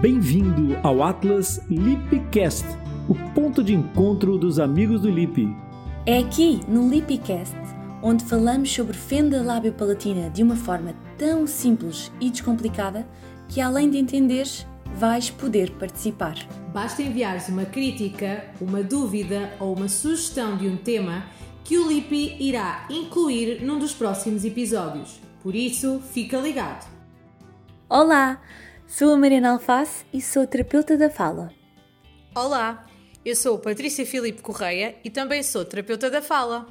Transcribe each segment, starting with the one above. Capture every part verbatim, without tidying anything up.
Bem-vindo ao Atlas Lipcast, o ponto de encontro dos amigos do Lip. É aqui, no Lipcast, onde falamos sobre fenda lábio-palatina de uma forma tão simples e descomplicada que, além de entenderes, vais poder participar. Basta enviares uma crítica, uma dúvida ou uma sugestão de um tema que o Lipi irá incluir num dos próximos episódios. Por isso, fica ligado. Olá, sou a Mariana Alface e sou terapeuta da fala. Olá, eu sou Patrícia Filipe Correia e também sou terapeuta da fala.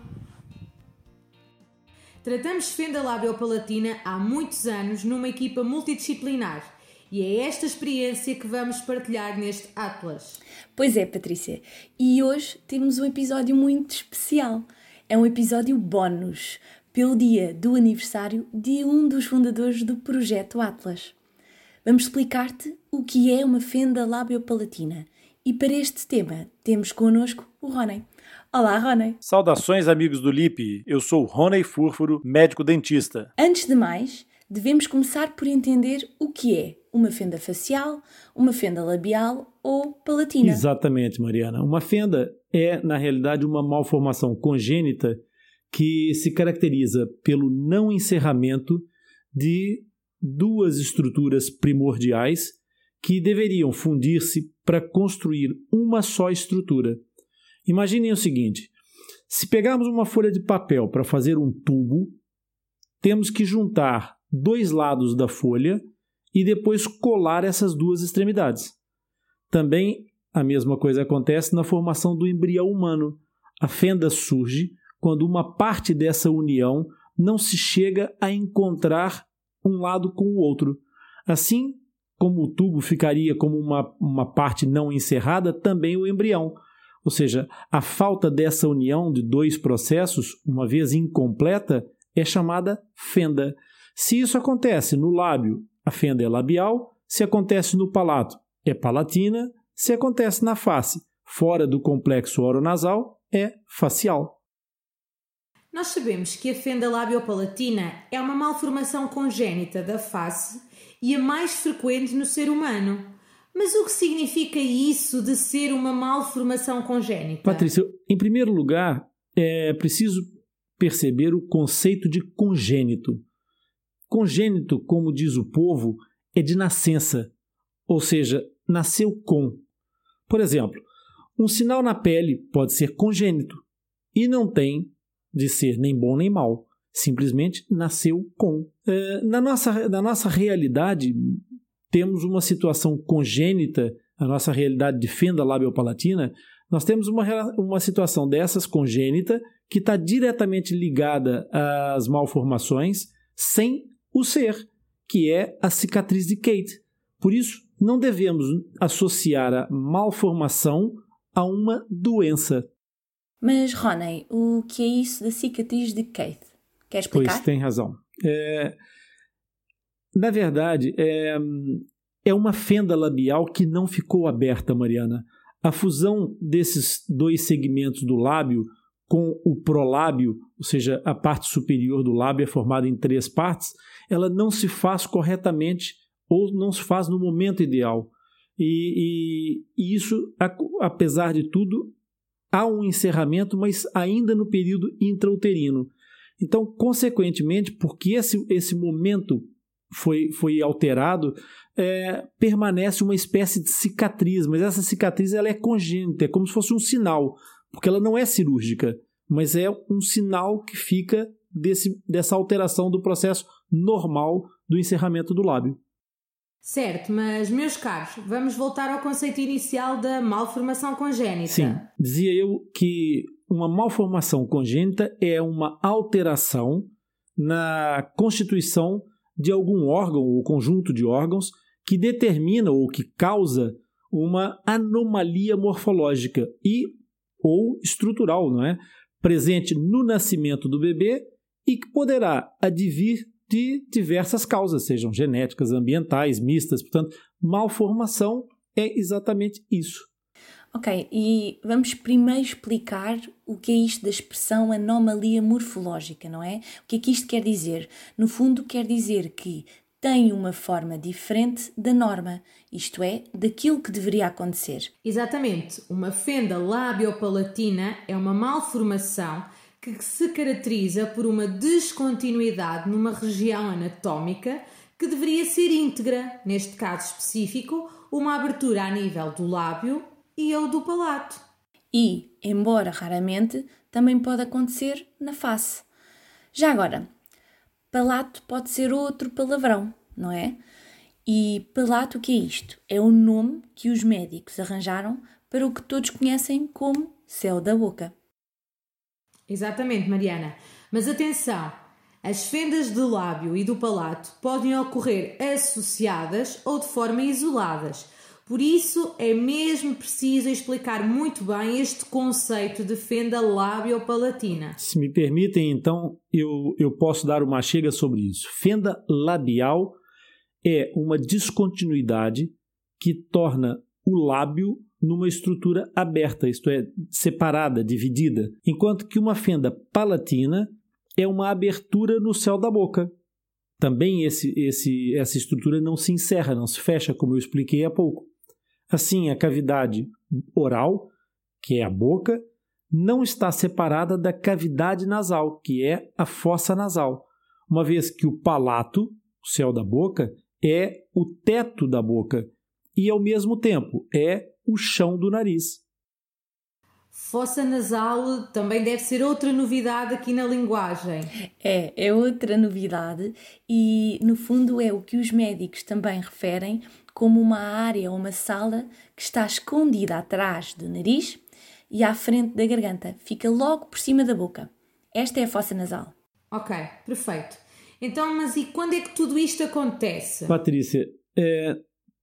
Tratamos fenda lábio-palatina há muitos anos numa equipa multidisciplinar e é esta experiência que vamos partilhar neste Atlas. Pois é, Patrícia, e hoje temos um episódio muito especial. É um episódio bónus, pelo dia do aniversário de um dos fundadores do Projeto Atlas. Vamos explicar-te o que é uma fenda lábio-palatina. E para este tema temos connosco o Rony. Olá, Rony. Saudações, amigos do Lip. Eu sou Rony Furfuro, médico dentista. Antes de mais, devemos começar por entender o que é uma fenda facial, uma fenda labial ou palatina. Exatamente, Mariana. Uma fenda é, na realidade, uma malformação congênita que se caracteriza pelo não encerramento de duas estruturas primordiais que deveriam fundir-se para construir uma só estrutura. Imaginem o seguinte: se pegarmos uma folha de papel para fazer um tubo, temos que juntar dois lados da folha e depois colar essas duas extremidades. Também a mesma coisa acontece na formação do embrião humano. A fenda surge quando uma parte dessa união não se chega a encontrar um lado com o outro. Assim como o tubo ficaria como uma, uma parte não encerrada, também o embrião. Ou seja, a falta dessa união de dois processos, uma vez incompleta, é chamada fenda. Se isso acontece no lábio, a fenda é labial. Se acontece no palato, é palatina. Se acontece na face, fora do complexo oronasal, é facial. Nós sabemos que a fenda lábio-palatina é uma malformação congénita da face e a mais frequente no ser humano. Mas o que significa isso de ser uma malformação congénita? Patrícia, em primeiro lugar, é preciso perceber o conceito de congênito. Congênito, como diz o povo, é de nascença, ou seja, nasceu com. Por exemplo, um sinal na pele pode ser congênito e não tem de ser nem bom nem mal, simplesmente nasceu com. É, na, nossa, na nossa realidade, temos uma situação congênita, a nossa realidade de fenda lábio-palatina, nós temos uma, uma situação dessas congênita que está diretamente ligada às malformações sem o ser, que é a cicatriz de Kate. Por isso, não devemos associar a malformação a uma doença. Mas, Rony, o que é isso da cicatriz de Kate? Quer explicar? Pois, tem razão. É, na verdade, é, é uma fenda labial que não ficou aberta, Mariana. A fusão desses dois segmentos do lábio com o prolábio, ou seja, a parte superior do lábio é formada em três partes, ela não se faz corretamente ou não se faz no momento ideal. E, e, e isso, apesar de tudo, há um encerramento, mas ainda no período intrauterino. Então, consequentemente, porque esse, esse momento foi, foi alterado, é, permanece uma espécie de cicatriz, mas essa cicatriz ela é congênita, é como se fosse um sinal, porque ela não é cirúrgica, mas é um sinal que fica desse, dessa alteração do processo normal do encerramento do lábio. Certo, mas, meus caros, vamos voltar ao conceito inicial da malformação congénita. Sim, dizia eu que uma malformação congênita é uma alteração na constituição de algum órgão ou conjunto de órgãos que determina ou que causa uma anomalia morfológica e ou estrutural, não é? Presente no nascimento do bebê e que poderá advir de diversas causas, sejam genéticas, ambientais, mistas. Portanto, malformação é exatamente isso. Ok, e vamos primeiro explicar o que é isto da expressão anomalia morfológica, não é? O que é que isto quer dizer? No fundo, quer dizer que tem uma forma diferente da norma, isto é, daquilo que deveria acontecer. Exatamente. Uma fenda labiopalatina é uma malformação que se caracteriza por uma descontinuidade numa região anatómica que deveria ser íntegra, neste caso específico, uma abertura a nível do lábio e ou do palato. E, embora raramente, também pode acontecer na face. Já agora, palato pode ser outro palavrão, não é? E palato, o que é isto? É o nome que os médicos arranjaram para o que todos conhecem como céu da boca. Exatamente, Mariana. Mas atenção, as fendas do lábio e do palato podem ocorrer associadas ou de forma isoladas. Por isso, é mesmo preciso explicar muito bem este conceito de fenda labiopalatina. Se me permitem, então, eu, eu posso dar uma chega sobre isso. Fenda labial é uma descontinuidade que torna o lábio numa estrutura aberta, isto é, separada, dividida, enquanto que uma fenda palatina é uma abertura no céu da boca. Também esse, esse, essa estrutura não se encerra, não se fecha, como eu expliquei há pouco. Assim, a cavidade oral, que é a boca, não está separada da cavidade nasal, que é a fossa nasal, uma vez que o palato, o céu da boca, é o teto da boca e, ao mesmo tempo, é o chão do nariz. Fossa nasal também deve ser outra novidade aqui na linguagem. É, é outra novidade e, no fundo, é o que os médicos também referem como uma área ou uma sala que está escondida atrás do nariz e à frente da garganta. Fica logo por cima da boca. Esta é a fossa nasal. Ok, perfeito. Então, mas e quando é que tudo isto acontece? Patrícia, é...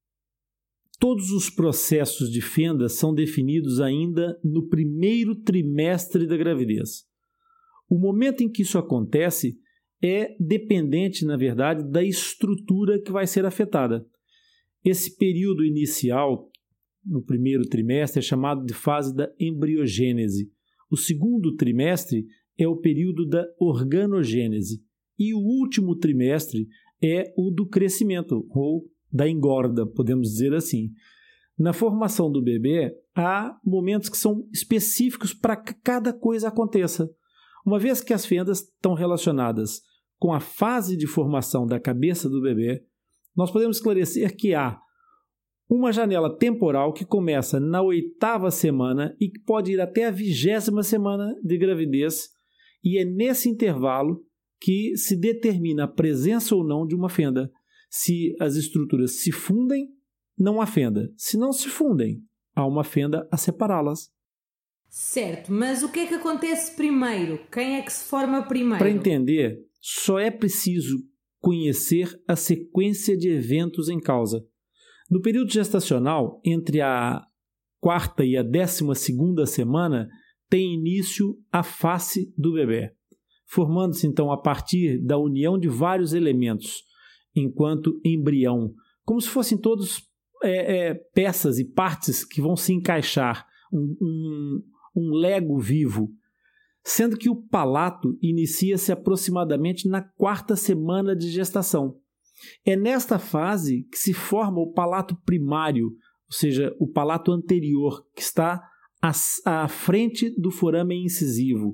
todos os processos de fenda são definidos ainda no primeiro trimestre da gravidez. O momento em que isso acontece é dependente, na verdade, da estrutura que vai ser afetada. Esse período inicial, no primeiro trimestre, é chamado de fase da embriogênese. O segundo trimestre é o período da organogênese. E o último trimestre é o do crescimento, ou da engorda, podemos dizer assim. Na formação do bebê, há momentos que são específicos para que cada coisa aconteça. Uma vez que as fendas estão relacionadas com a fase de formação da cabeça do bebê, nós podemos esclarecer que há uma janela temporal que começa na oitava semana e que pode ir até a vigésima semana de gravidez, e é nesse intervalo que se determina a presença ou não de uma fenda. Se as estruturas se fundem, não há fenda. Se não se fundem, há uma fenda a separá-las. Certo, mas o que é que acontece primeiro? Quem é que se forma primeiro? Para entender, só é preciso conhecer a sequência de eventos em causa. No período gestacional, entre a quarta e a décima segunda semana, tem início a face do bebê, formando-se então a partir da união de vários elementos, enquanto embrião, como se fossem todos é, é, peças e partes que vão se encaixar, um, um, um lego vivo, sendo que o palato inicia-se aproximadamente na quarta semana de gestação. É nesta fase que se forma o palato primário, ou seja, o palato anterior, que está à, à frente do forame incisivo.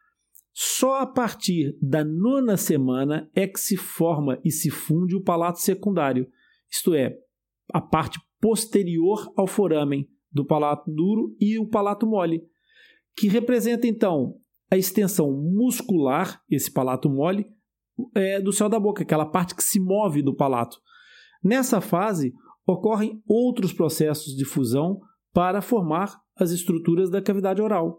Só a partir da nona semana é que se forma e se funde o palato secundário, isto é, a parte posterior ao foramen do palato duro e o palato mole, que representa então a extensão muscular, esse palato mole, é, do céu da boca, aquela parte que se move do palato. Nessa fase, ocorrem outros processos de fusão para formar as estruturas da cavidade oral.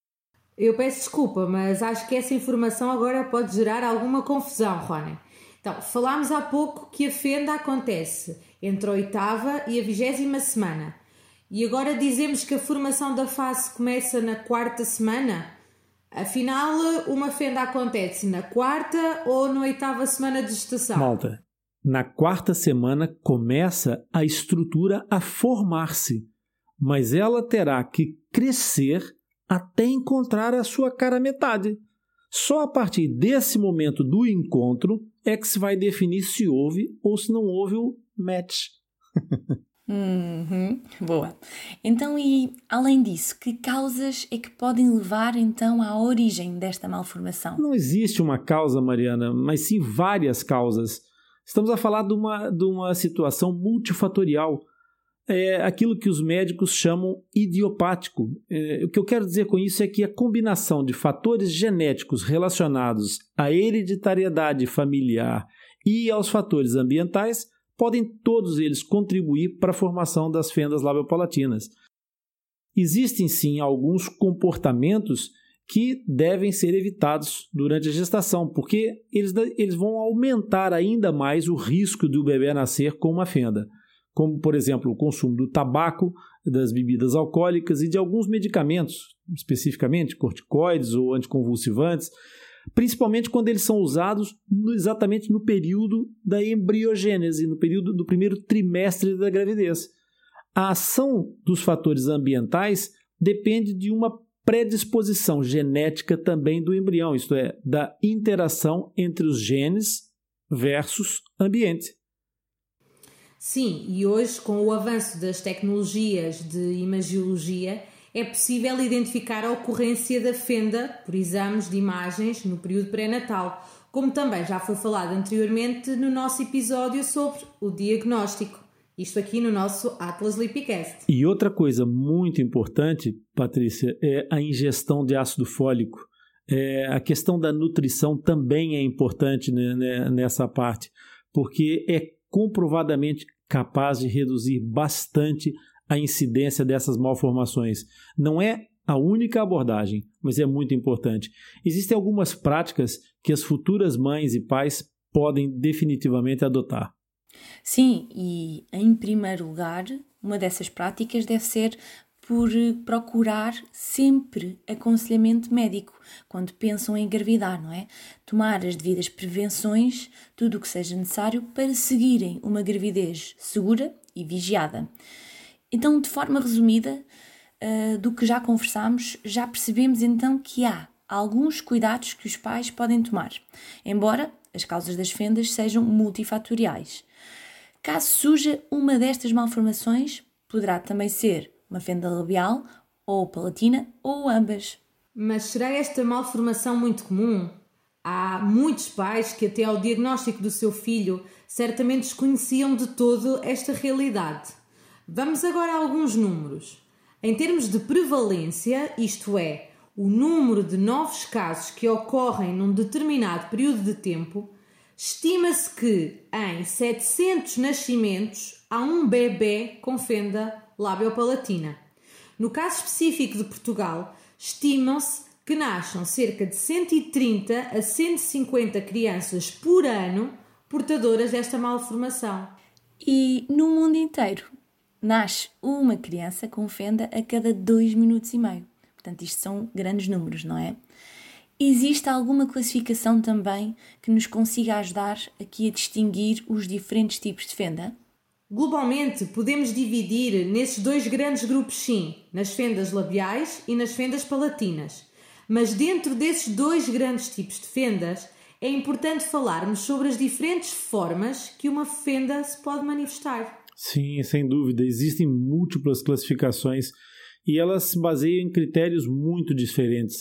Eu peço desculpa, mas acho que essa informação agora pode gerar alguma confusão, Rony. Então, falámos há pouco que a fenda acontece entre a oitava e a vigésima semana. E agora dizemos que a formação da face começa na quarta semana? Afinal, uma fenda acontece na quarta ou na oitava semana de gestação? Malta, na quarta semana começa a estrutura a formar-se, mas ela terá que crescer até encontrar a sua cara metade. Só a partir desse momento do encontro é que se vai definir se houve ou se não houve o match. Uhum, boa. Então, e além disso, que causas é que podem levar então à origem desta malformação? Não existe uma causa, Mariana, mas sim várias causas. Estamos a falar de uma, de uma situação multifatorial. É aquilo que os médicos chamam idiopático. É, o que eu quero dizer com isso é que a combinação de fatores genéticos relacionados à hereditariedade familiar e aos fatores ambientais podem todos eles contribuir para a formação das fendas labiopalatinas. Existem sim alguns comportamentos que devem ser evitados durante a gestação, porque eles, eles vão aumentar ainda mais o risco do bebê nascer com uma fenda, como, por exemplo, o consumo do tabaco, das bebidas alcoólicas e de alguns medicamentos, especificamente corticoides ou anticonvulsivantes, principalmente quando eles são usados no, exatamente no período da embriogênese, no período do primeiro trimestre da gravidez. A ação dos fatores ambientais depende de uma predisposição genética também do embrião, isto é, da interação entre os genes versus ambiente. Sim, e hoje, com o avanço das tecnologias de imagiologia, é possível identificar a ocorrência da fenda por exames de imagens no período pré-natal, como também já foi falado anteriormente no nosso episódio sobre o diagnóstico, isto aqui no nosso Atlas Lipicast. E outra coisa muito importante, Patrícia, é a ingestão de ácido fólico. É, a questão da nutrição também é importante, né, nessa parte, porque é comprovadamente capaz de reduzir bastante a incidência dessas malformações. Não é a única abordagem, mas é muito importante. Existem algumas práticas que as futuras mães e pais podem definitivamente adotar. Sim, e em primeiro lugar, uma dessas práticas deve ser por procurar sempre aconselhamento médico quando pensam em engravidar, não é? Tomar as devidas prevenções, tudo o que seja necessário para seguirem uma gravidez segura e vigiada. Então, de forma resumida, uh, do que já conversámos, já percebemos então que há alguns cuidados que os pais podem tomar, embora as causas das fendas sejam multifatoriais. Caso surja uma destas malformações, poderá também ser uma fenda labial, ou palatina, ou ambas. Mas será esta malformação muito comum? Há muitos pais que até ao diagnóstico do seu filho certamente desconheciam de todo esta realidade. Vamos agora a alguns números. Em termos de prevalência, isto é, o número de novos casos que ocorrem num determinado período de tempo, estima-se que em setecentos nascimentos há um bebê com fenda labiopalatina. No caso específico de Portugal, estimam-se que nasçam cerca de cento e trinta a cento e cinquenta crianças por ano portadoras desta malformação. E no mundo inteiro, nasce uma criança com fenda a cada dois minutos e meio. Portanto, isto são grandes números, não é? Existe alguma classificação também que nos consiga ajudar aqui a distinguir os diferentes tipos de fenda? Globalmente, podemos dividir nesses dois grandes grupos, sim, nas fendas labiais e nas fendas palatinas. Mas dentro desses dois grandes tipos de fendas, é importante falarmos sobre as diferentes formas que uma fenda se pode manifestar. Sim, sem dúvida. Existem múltiplas classificações e elas se baseiam em critérios muito diferentes.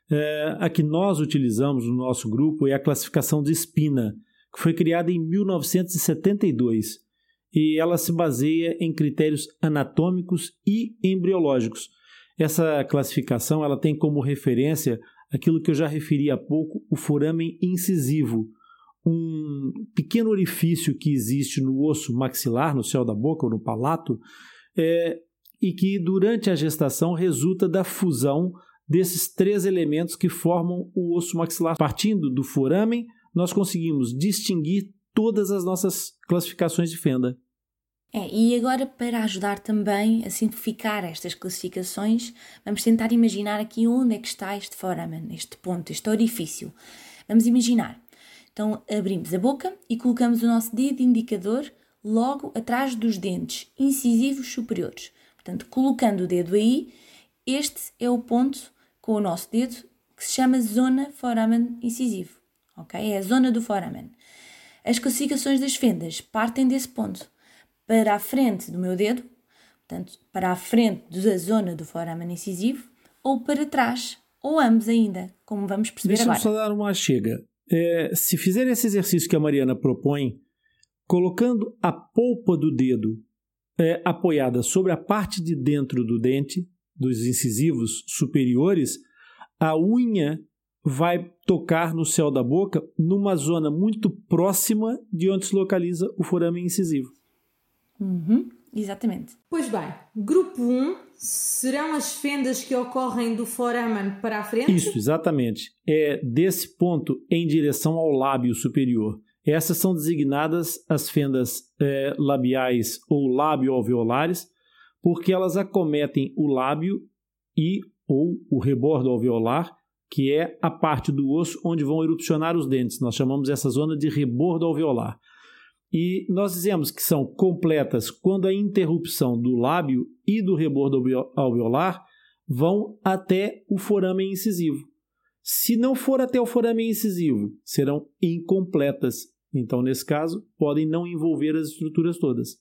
É, a que nós utilizamos no nosso grupo é a classificação de Spina, que foi criada em mil novecentos e setenta e dois. E ela se baseia em critérios anatômicos e embriológicos. Essa classificação ela tem como referência aquilo que eu já referi há pouco, o foramen incisivo, um pequeno orifício que existe no osso maxilar, no céu da boca ou no palato, é, e que durante a gestação resulta da fusão desses três elementos que formam o osso maxilar. Partindo do foramen, nós conseguimos distinguir todas as nossas classificações de fenda. É, e agora, para ajudar também a simplificar estas classificações, vamos tentar imaginar aqui onde é que está este foramen, este ponto, este orifício. Vamos imaginar. Então, abrimos a boca e colocamos o nosso dedo indicador logo atrás dos dentes incisivos superiores. Portanto, colocando o dedo aí, este é o ponto com o nosso dedo que se chama zona foramen incisivo. Okay? É a zona do foramen. As classificações das fendas partem desse ponto. Para a frente do meu dedo, portanto, para a frente da zona do foramen incisivo, ou para trás, ou ambos ainda, como vamos perceber Deixa agora. Deixa eu só dar uma chega. É, se fizer esse exercício que a Mariana propõe, colocando a polpa do dedo é, apoiada sobre a parte de dentro do dente, dos incisivos superiores, a unha vai tocar no céu da boca numa zona muito próxima de onde se localiza o forame incisivo. Uhum, exatamente. Pois bem, grupo um serão as fendas que ocorrem do foramen para a frente? Isso, exatamente. É desse ponto em direção ao lábio superior. Essas são designadas as fendas é, labiais ou lábio-alveolares, porque elas acometem o lábio e ou o rebordo alveolar, que é a parte do osso onde vão erupcionar os dentes. Nós chamamos essa zona de rebordo alveolar. E nós dizemos que são completas quando a interrupção do lábio e do rebordo alveolar vão até o forame incisivo. Se não for até o forame incisivo, serão incompletas. Então, nesse caso, podem não envolver as estruturas todas.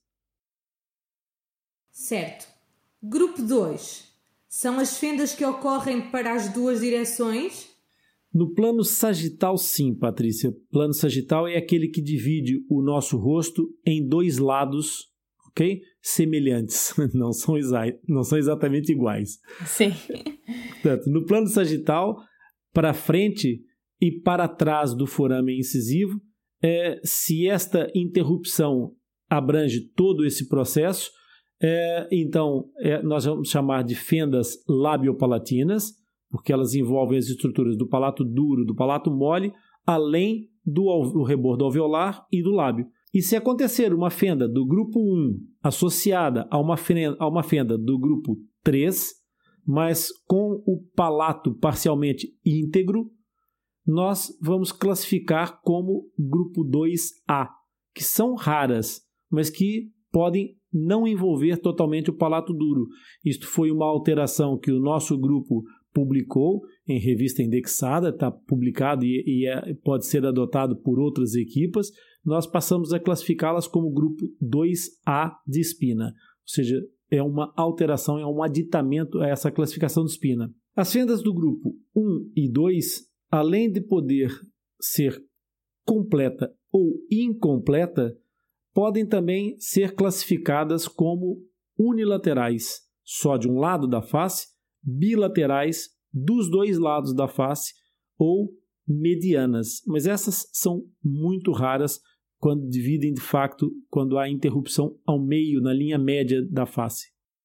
Certo. Grupo dois. São as fendas que ocorrem para as duas direções? No plano sagital, sim, Patrícia. Plano sagital é aquele que divide o nosso rosto em dois lados, ok? Semelhantes. Não são, não são exatamente iguais. Sim. Portanto, no plano sagital, para frente e para trás do forame incisivo, é, se esta interrupção abrange todo esse processo, é, então é, nós vamos chamar de fendas labiopalatinas, porque elas envolvem as estruturas do palato duro, do palato mole, além do, do rebordo alveolar e do lábio. E se acontecer uma fenda do grupo um associada a uma fenda, a uma fenda do grupo três, mas com o palato parcialmente íntegro, nós vamos classificar como grupo dois A, que são raras, mas que podem não envolver totalmente o palato duro. Isto foi uma alteração que o nosso grupo publicou em revista indexada, está publicado e, e é, pode ser adotado por outras equipas. Nós passamos a classificá-las como grupo dois A de espina, ou seja, é uma alteração, é um aditamento a essa classificação de espina. As fendas do grupo um e dois, além de poder ser completa ou incompleta, podem também ser classificadas como unilaterais, só de um lado da face, bilaterais, dos dois lados da face, ou medianas. Mas essas são muito raras quando dividem, de facto, quando há interrupção ao meio, na linha média da face.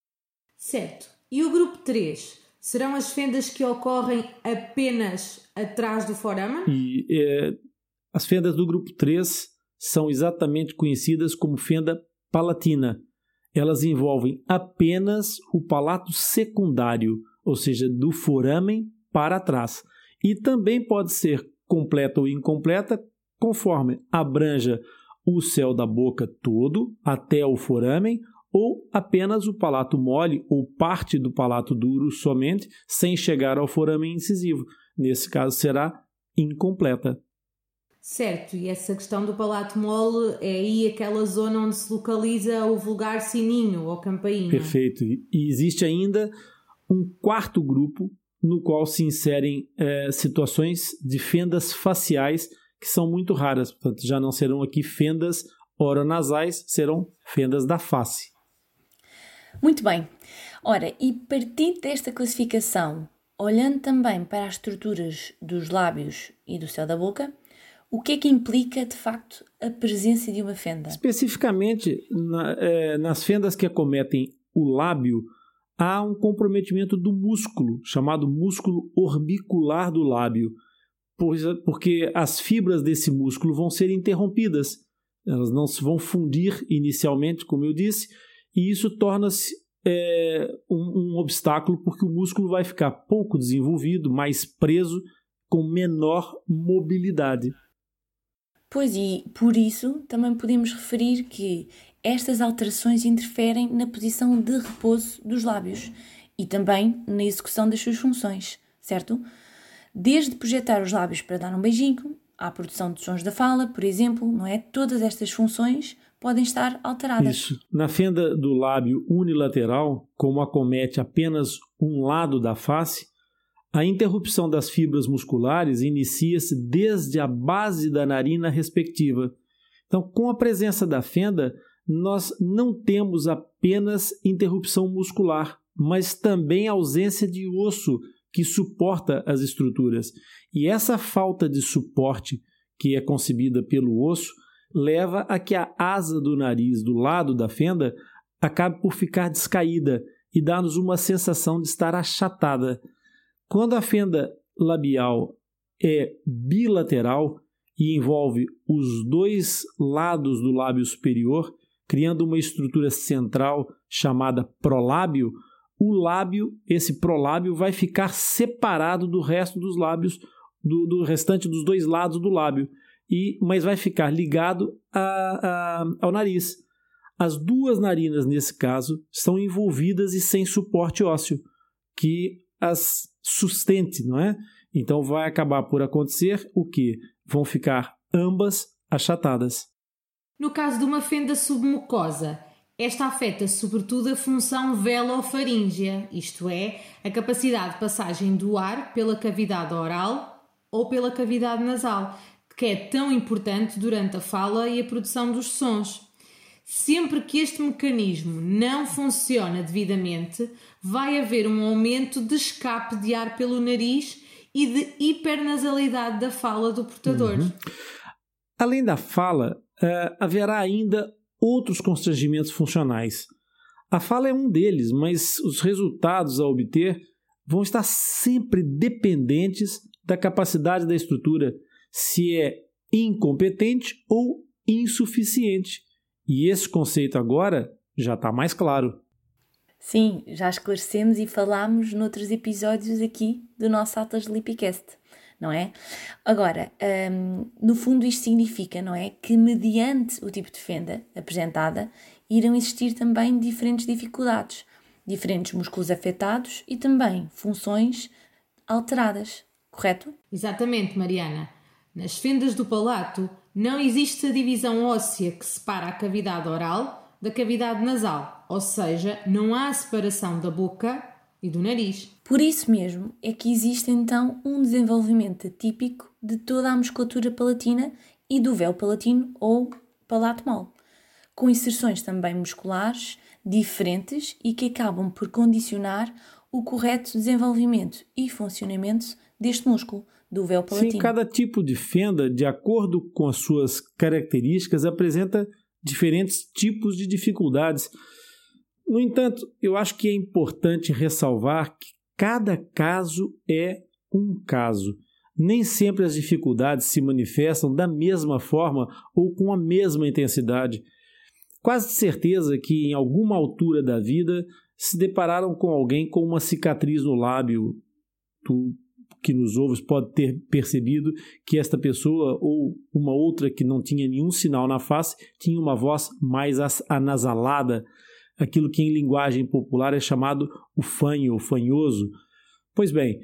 Certo. E o grupo três? Serão as fendas que ocorrem apenas atrás do foramen? E é, as fendas do grupo três são exatamente conhecidas como fenda palatina. Elas envolvem apenas o palato secundário, ou seja, do foramen para trás. E também pode ser completa ou incompleta, conforme abranja o céu da boca todo até o foramen, ou apenas o palato mole ou parte do palato duro somente, sem chegar ao foramen incisivo. Nesse caso, será incompleta. Certo, e essa questão do palato mole é aí aquela zona onde se localiza o vulgar sininho ou campainha. Perfeito. E existe ainda um quarto grupo no qual se inserem é, situações de fendas faciais que são muito raras. Portanto, já não serão aqui fendas oronasais, serão fendas da face. Muito bem. Ora, e partindo desta classificação, olhando também para as estruturas dos lábios e do céu da boca, o que é que implica, de facto, a presença de uma fenda? Especificamente, na, é, nas fendas que acometem o lábio, há um comprometimento do músculo, chamado músculo orbicular do lábio, pois, porque as fibras desse músculo vão ser interrompidas. Elas não se vão fundir inicialmente, como eu disse, e isso torna-se é, um, um obstáculo, porque o músculo vai ficar pouco desenvolvido, mais preso, com menor mobilidade. Pois, e por isso também podemos referir que estas alterações interferem na posição de repouso dos lábios e também na execução das suas funções, certo? Desde projetar os lábios para dar um beijinho, à produção de sons da fala, por exemplo, não é? Todas estas funções podem estar alteradas. Isso. Na fenda do lábio unilateral, como acomete apenas um lado da face, a interrupção das fibras musculares inicia-se desde a base da narina respectiva. Então, com a presença da fenda, nós não temos apenas interrupção muscular, mas também ausência de osso que suporta as estruturas. E essa falta de suporte que é concebida pelo osso leva a que a asa do nariz do lado da fenda acabe por ficar descaída e dar-nos uma sensação de estar achatada. Quando a fenda labial é bilateral e envolve os dois lados do lábio superior, criando uma estrutura central chamada prolábio, o lábio, esse prolábio, vai ficar separado do resto dos lábios, do, do restante dos dois lados do lábio, e, mas vai ficar ligado a, a, ao nariz. As duas narinas, nesse caso, estão envolvidas e sem suporte ósseo, que as sustente, não é? Então vai acabar por acontecer o quê? Vão ficar ambas achatadas. No caso de uma fenda submucosa, esta afeta sobretudo a função velofaríngea, isto é, a capacidade de passagem do ar pela cavidade oral ou pela cavidade nasal, que é tão importante durante a fala e a produção dos sons. Sempre que este mecanismo não funciona devidamente, vai haver um aumento de escape de ar pelo nariz e de hipernasalidade da fala do portador. Uhum. Além da fala, uh, haverá ainda outros constrangimentos funcionais. A fala é um deles, mas os resultados a obter vão estar sempre dependentes da capacidade da estrutura, se é incompetente ou insuficiente. E esse conceito agora já está mais claro. Sim, já esclarecemos e falámos noutros episódios aqui do nosso Atlas de Lipicast, não é? Agora, hum, no fundo isto significa, não é, que mediante o tipo de fenda apresentada, irão existir também diferentes dificuldades, diferentes músculos afetados e também funções alteradas, correto? Exatamente, Mariana. Nas fendas do palato não existe a divisão óssea que separa a cavidade oral da cavidade nasal, ou seja, não há separação da boca e do nariz. Por isso mesmo é que existe então um desenvolvimento atípico de toda a musculatura palatina e do véu palatino ou palato mole, com inserções também musculares diferentes e que acabam por condicionar o correto desenvolvimento e funcionamento deste músculo, do véu palatino. Sim, cada tipo de fenda, de acordo com as suas características, apresenta diferentes tipos de dificuldades. No entanto, eu acho que é importante ressalvar que cada caso é um caso. Nem sempre as dificuldades se manifestam da mesma forma ou com a mesma intensidade. Quase de certeza que em alguma altura da vida se depararam com alguém com uma cicatriz no lábio. Tu que nos ouves pode ter percebido que esta pessoa ou uma outra que não tinha nenhum sinal na face tinha uma voz mais anasalada, aquilo que em linguagem popular é chamado o fanho ou fanhoso. Pois bem,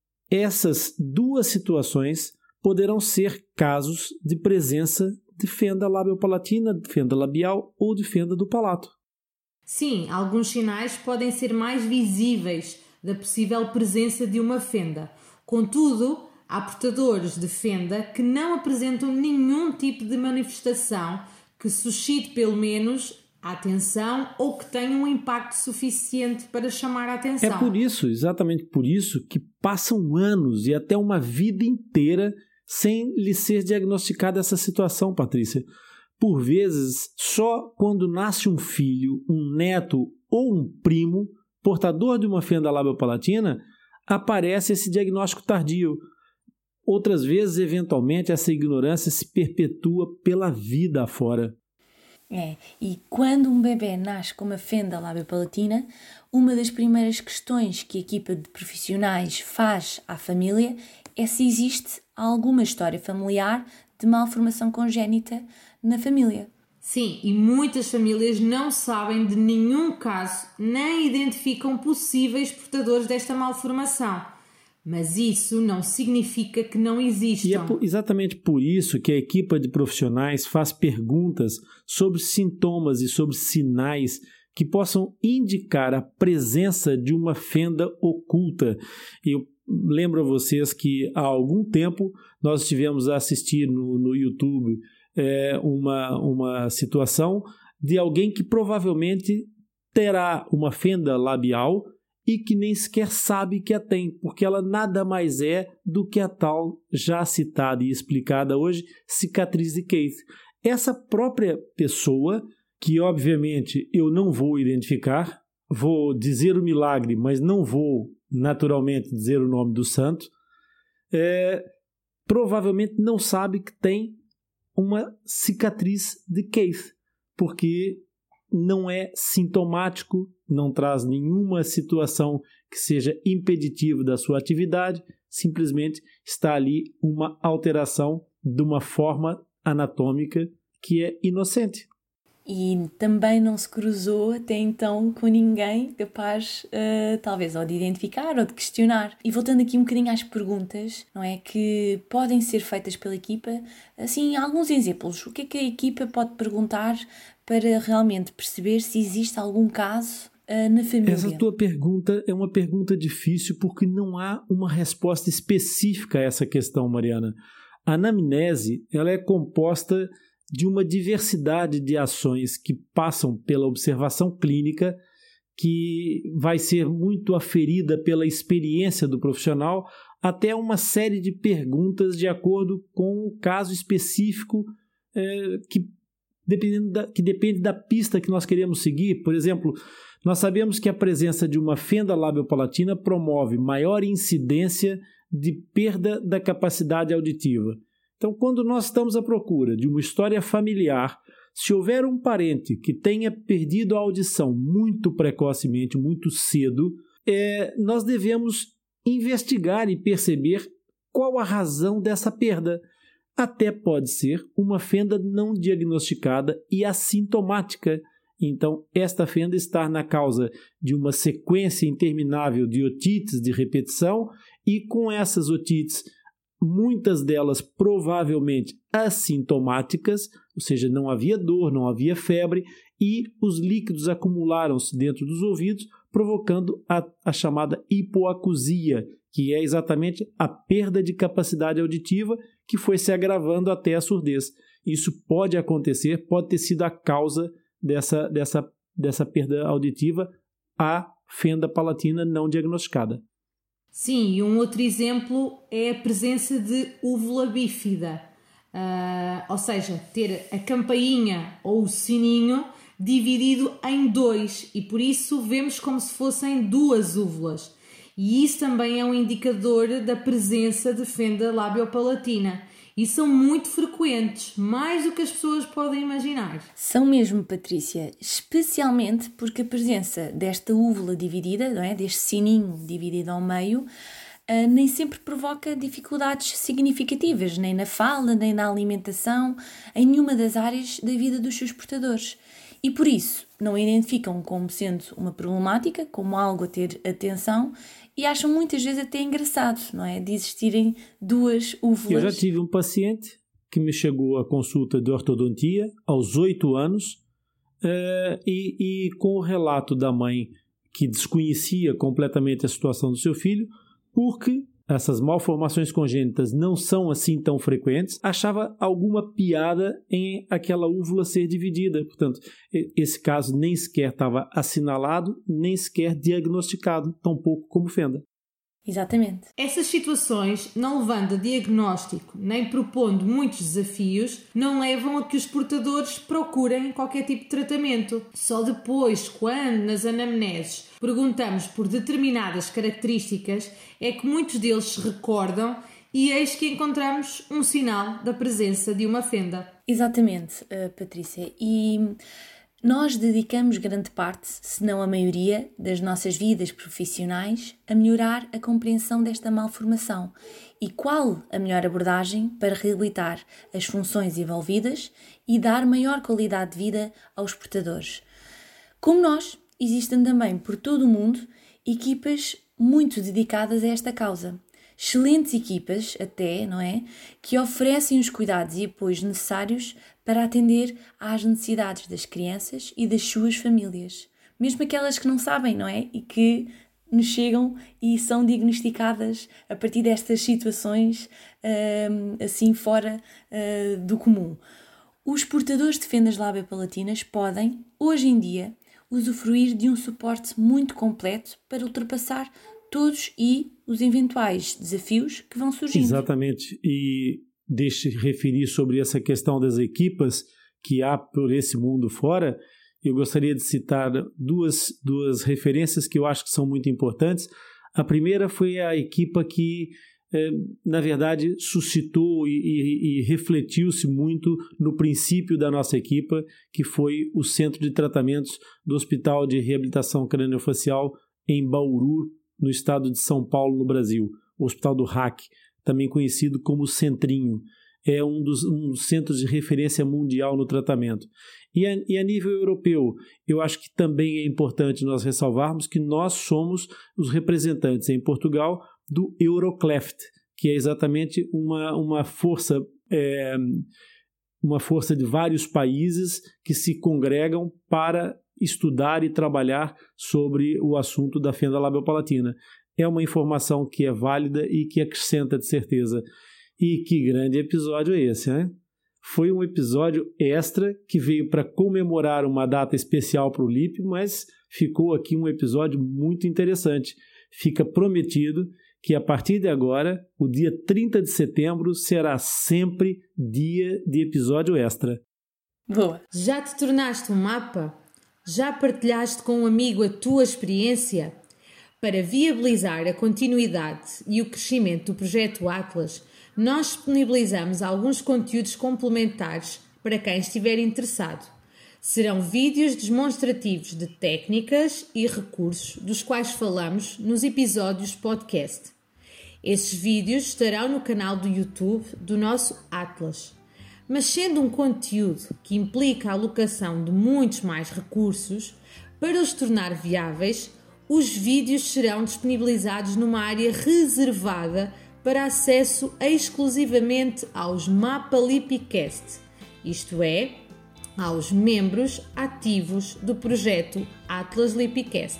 essas duas situações poderão ser casos de presença de fenda labiopalatina, de fenda labial ou de fenda do palato. Sim, alguns sinais podem ser mais visíveis da possível presença de uma fenda. Contudo, há portadores de fenda que não apresentam nenhum tipo de manifestação que suscite pelo menos a atenção ou que tenha um impacto suficiente para chamar a atenção. É por isso, exatamente por isso, que passam anos e até uma vida inteira sem lhe ser diagnosticada essa situação, Patrícia. Por vezes, só quando nasce um filho, um neto ou um primo portador de uma fenda labiopalatina, aparece esse diagnóstico tardio. Outras vezes, eventualmente, essa ignorância se perpetua pela vida afora. É, e quando um bebê nasce com uma fenda labiopalatina, uma das primeiras questões que a equipa de profissionais faz à família é se existe alguma história familiar de malformação congénita na família. Sim, e muitas famílias não sabem de nenhum caso, nem identificam possíveis portadores desta malformação. Mas isso não significa que não existam. E é por, exatamente por isso que a equipa de profissionais faz perguntas sobre sintomas e sobre sinais que possam indicar a presença de uma fenda oculta. Eu lembro a vocês que há algum tempo nós estivemos a assistir no, no YouTube é, uma, uma situação de alguém que provavelmente terá uma fenda labial e que nem sequer sabe que a tem, porque ela nada mais é do que a tal, já citada e explicada hoje, cicatriz de Keith. Essa própria pessoa, que obviamente eu não vou identificar, vou dizer o milagre, mas não vou naturalmente dizer o nome do santo, é, provavelmente não sabe que tem uma cicatriz de Keith, porque não é sintomático, não traz nenhuma situação que seja impeditiva da sua atividade, simplesmente está ali uma alteração de uma forma anatômica que é inocente. E também não se cruzou até então com ninguém capaz, uh, talvez, ou de identificar ou de questionar. E voltando aqui um bocadinho às perguntas, não é, que podem ser feitas pela equipa, assim, alguns exemplos. O que é que a equipa pode perguntar para realmente perceber se existe algum caso uh, na família? Essa tua pergunta é uma pergunta difícil porque não há uma resposta específica a essa questão, Mariana. A anamnese, ela é composta de uma diversidade de ações que passam pela observação clínica, que vai ser muito aferida pela experiência do profissional, até uma série de perguntas de acordo com o caso específico é, que, dependendo da, que depende da pista que nós queremos seguir. Por exemplo, nós sabemos que a presença de uma fenda labiopalatina promove maior incidência de perda da capacidade auditiva. Então, quando nós estamos à procura de uma história familiar, se houver um parente que tenha perdido a audição muito precocemente, muito cedo, é, nós devemos investigar e perceber qual a razão dessa perda. Até pode ser uma fenda não diagnosticada e assintomática. Então, esta fenda está na causa de uma sequência interminável de otites de repetição e com essas otites, muitas delas provavelmente assintomáticas, ou seja, não havia dor, não havia febre, e os líquidos acumularam-se dentro dos ouvidos, provocando a, a chamada hipoacusia, que é exatamente a perda de capacidade auditiva que foi se agravando até a surdez. Isso pode acontecer, pode ter sido a causa dessa, dessa, dessa perda auditiva, a fenda palatina não diagnosticada. Sim, e um outro exemplo é a presença de úvula bífida, uh, ou seja, ter a campainha ou o sininho dividido em dois e por isso vemos como se fossem duas úvulas. E isso também é um indicador da presença de fenda labiopalatina. E são muito frequentes, mais do que as pessoas podem imaginar. São mesmo, Patrícia, especialmente porque a presença desta úvula dividida, não é? Deste sininho dividido ao meio, uh, nem sempre provoca dificuldades significativas, nem na fala, nem na alimentação, em nenhuma das áreas da vida dos seus portadores. E por isso não a identificam como sendo uma problemática, como algo a ter atenção, e acham muitas vezes até engraçado, não é? De existirem duas úvulas. Eu já tive um paciente que me chegou à consulta de ortodontia aos oito anos uh, e, e com o relato da mãe que desconhecia completamente a situação do seu filho, porque essas malformações congênitas não são assim tão frequentes, achava alguma piada em aquela úvula ser dividida. Portanto, esse caso nem sequer estava assinalado, nem sequer diagnosticado, tampouco como fenda. Exatamente. Essas situações, não levando a diagnóstico nem propondo muitos desafios, não levam a que os portadores procurem qualquer tipo de tratamento. Só depois, quando nas anamneses perguntamos por determinadas características, é que muitos deles se recordam e eis que encontramos um sinal da presença de uma fenda. Exatamente, Patrícia. E nós dedicamos grande parte, se não a maioria, das nossas vidas profissionais a melhorar a compreensão desta malformação. E qual a melhor abordagem para reabilitar as funções envolvidas e dar maior qualidade de vida aos portadores? Como nós, existem também por todo o mundo equipas muito dedicadas a esta causa. Excelentes equipas, até, não é? Que oferecem os cuidados e apoios necessários para atender às necessidades das crianças e das suas famílias. Mesmo aquelas que não sabem, não é? E que nos chegam e são diagnosticadas a partir destas situações assim fora do comum. Os portadores de fendas labiopalatinas podem, hoje em dia, usufruir de um suporte muito completo para ultrapassar todos e os eventuais desafios que vão surgindo. Exatamente. E deixe referir sobre essa questão das equipas que há por esse mundo fora. Eu gostaria de citar duas, duas referências que eu acho que são muito importantes. A primeira foi a equipa que, eh, na verdade, suscitou e, e, e refletiu-se muito no princípio da nossa equipa, que foi o Centro de Tratamentos do Hospital de Reabilitação Craniofacial em Bauru, no estado de São Paulo, no Brasil. O Hospital do R A C, também conhecido como Centrinho. É um dos, um dos centros de referência mundial no tratamento. E a, e a nível europeu, eu acho que também é importante nós ressalvarmos que nós somos os representantes em Portugal do Eurocleft, que é exatamente uma, uma força é, uma força de vários países que se congregam para estudar e trabalhar sobre o assunto da fenda labiopalatina. É uma informação que é válida e que acrescenta de certeza. E que grande episódio é esse, né? Foi um episódio extra que veio para comemorar uma data especial para o L I P, mas ficou aqui um episódio muito interessante. Fica prometido que a partir de agora, o dia trinta de setembro será sempre dia de episódio extra. Boa! Já te tornaste um mapa? Já partilhaste com um amigo a tua experiência? Para viabilizar a continuidade e o crescimento do projeto Atlas, nós disponibilizamos alguns conteúdos complementares para quem estiver interessado. Serão vídeos demonstrativos de técnicas e recursos dos quais falamos nos episódios podcast. Estes vídeos estarão no canal do YouTube do nosso Atlas. Mas sendo um conteúdo que implica a alocação de muitos mais recursos, para os tornar viáveis, os vídeos serão disponibilizados numa área reservada para acesso exclusivamente aos Mapa Lipicast, isto é, aos membros ativos do projeto Atlas Lipicast.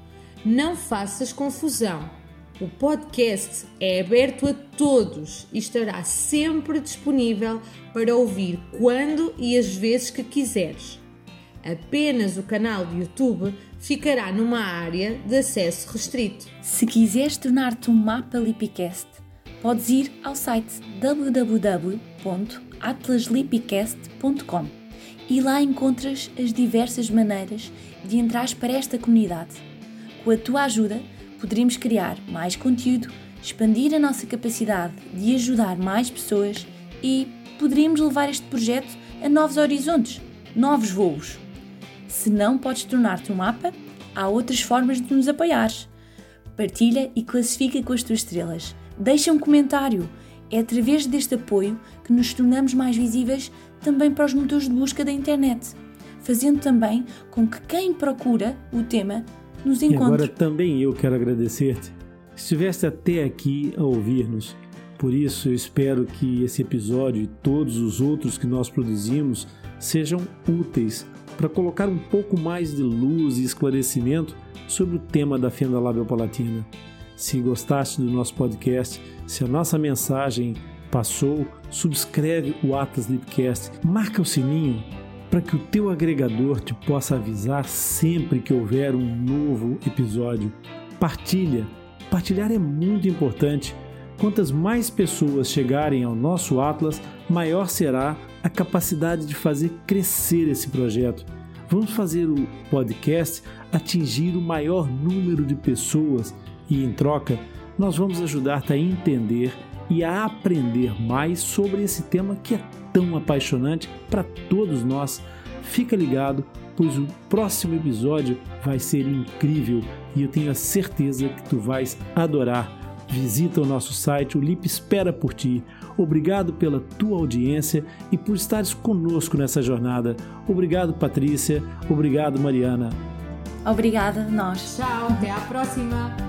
Não faças confusão. O podcast é aberto a todos e estará sempre disponível para ouvir quando e as vezes que quiseres. Apenas o canal do YouTube ficará numa área de acesso restrito. Se quiseres tornar-te um Mapa Lipicast, podes ir ao site w w w ponto atlas lipicast ponto com e lá encontras as diversas maneiras de entrares para esta comunidade. Com a tua ajuda, poderemos criar mais conteúdo, expandir a nossa capacidade de ajudar mais pessoas e poderíamos levar este projeto a novos horizontes, novos voos. Se não podes tornar-te um mapa, há outras formas de nos apoiares. Partilha e classifica com as tuas estrelas. Deixa um comentário. É através deste apoio que nos tornamos mais visíveis também para os motores de busca da internet, fazendo também com que quem procura o tema nos encontre. E agora também eu quero agradecer-te. Estiveste até aqui a ouvir-nos. Por isso eu espero que esse episódio e todos os outros que nós produzimos sejam úteis para colocar um pouco mais de luz e esclarecimento sobre o tema da fenda labiopalatina. Se gostaste do nosso podcast, se a nossa mensagem passou, subscreve o Atlas Lipcast, marca o sininho para que o teu agregador te possa avisar sempre que houver um novo episódio. Partilha. Partilhar é muito importante. Quantas mais pessoas chegarem ao nosso Atlas, maior será a capacidade de fazer crescer esse projeto. Vamos fazer o podcast atingir o maior número de pessoas e, em troca, nós vamos ajudar-te a entender e a aprender mais sobre esse tema que é tão apaixonante para todos nós. Fica ligado, pois o próximo episódio vai ser incrível e eu tenho a certeza que tu vais adorar. Visita o nosso site, o Lip espera por ti. Obrigado pela tua audiência e por estares conosco nessa jornada. Obrigado, Patrícia. Obrigado, Mariana. Obrigada, nós. Tchau, até à próxima.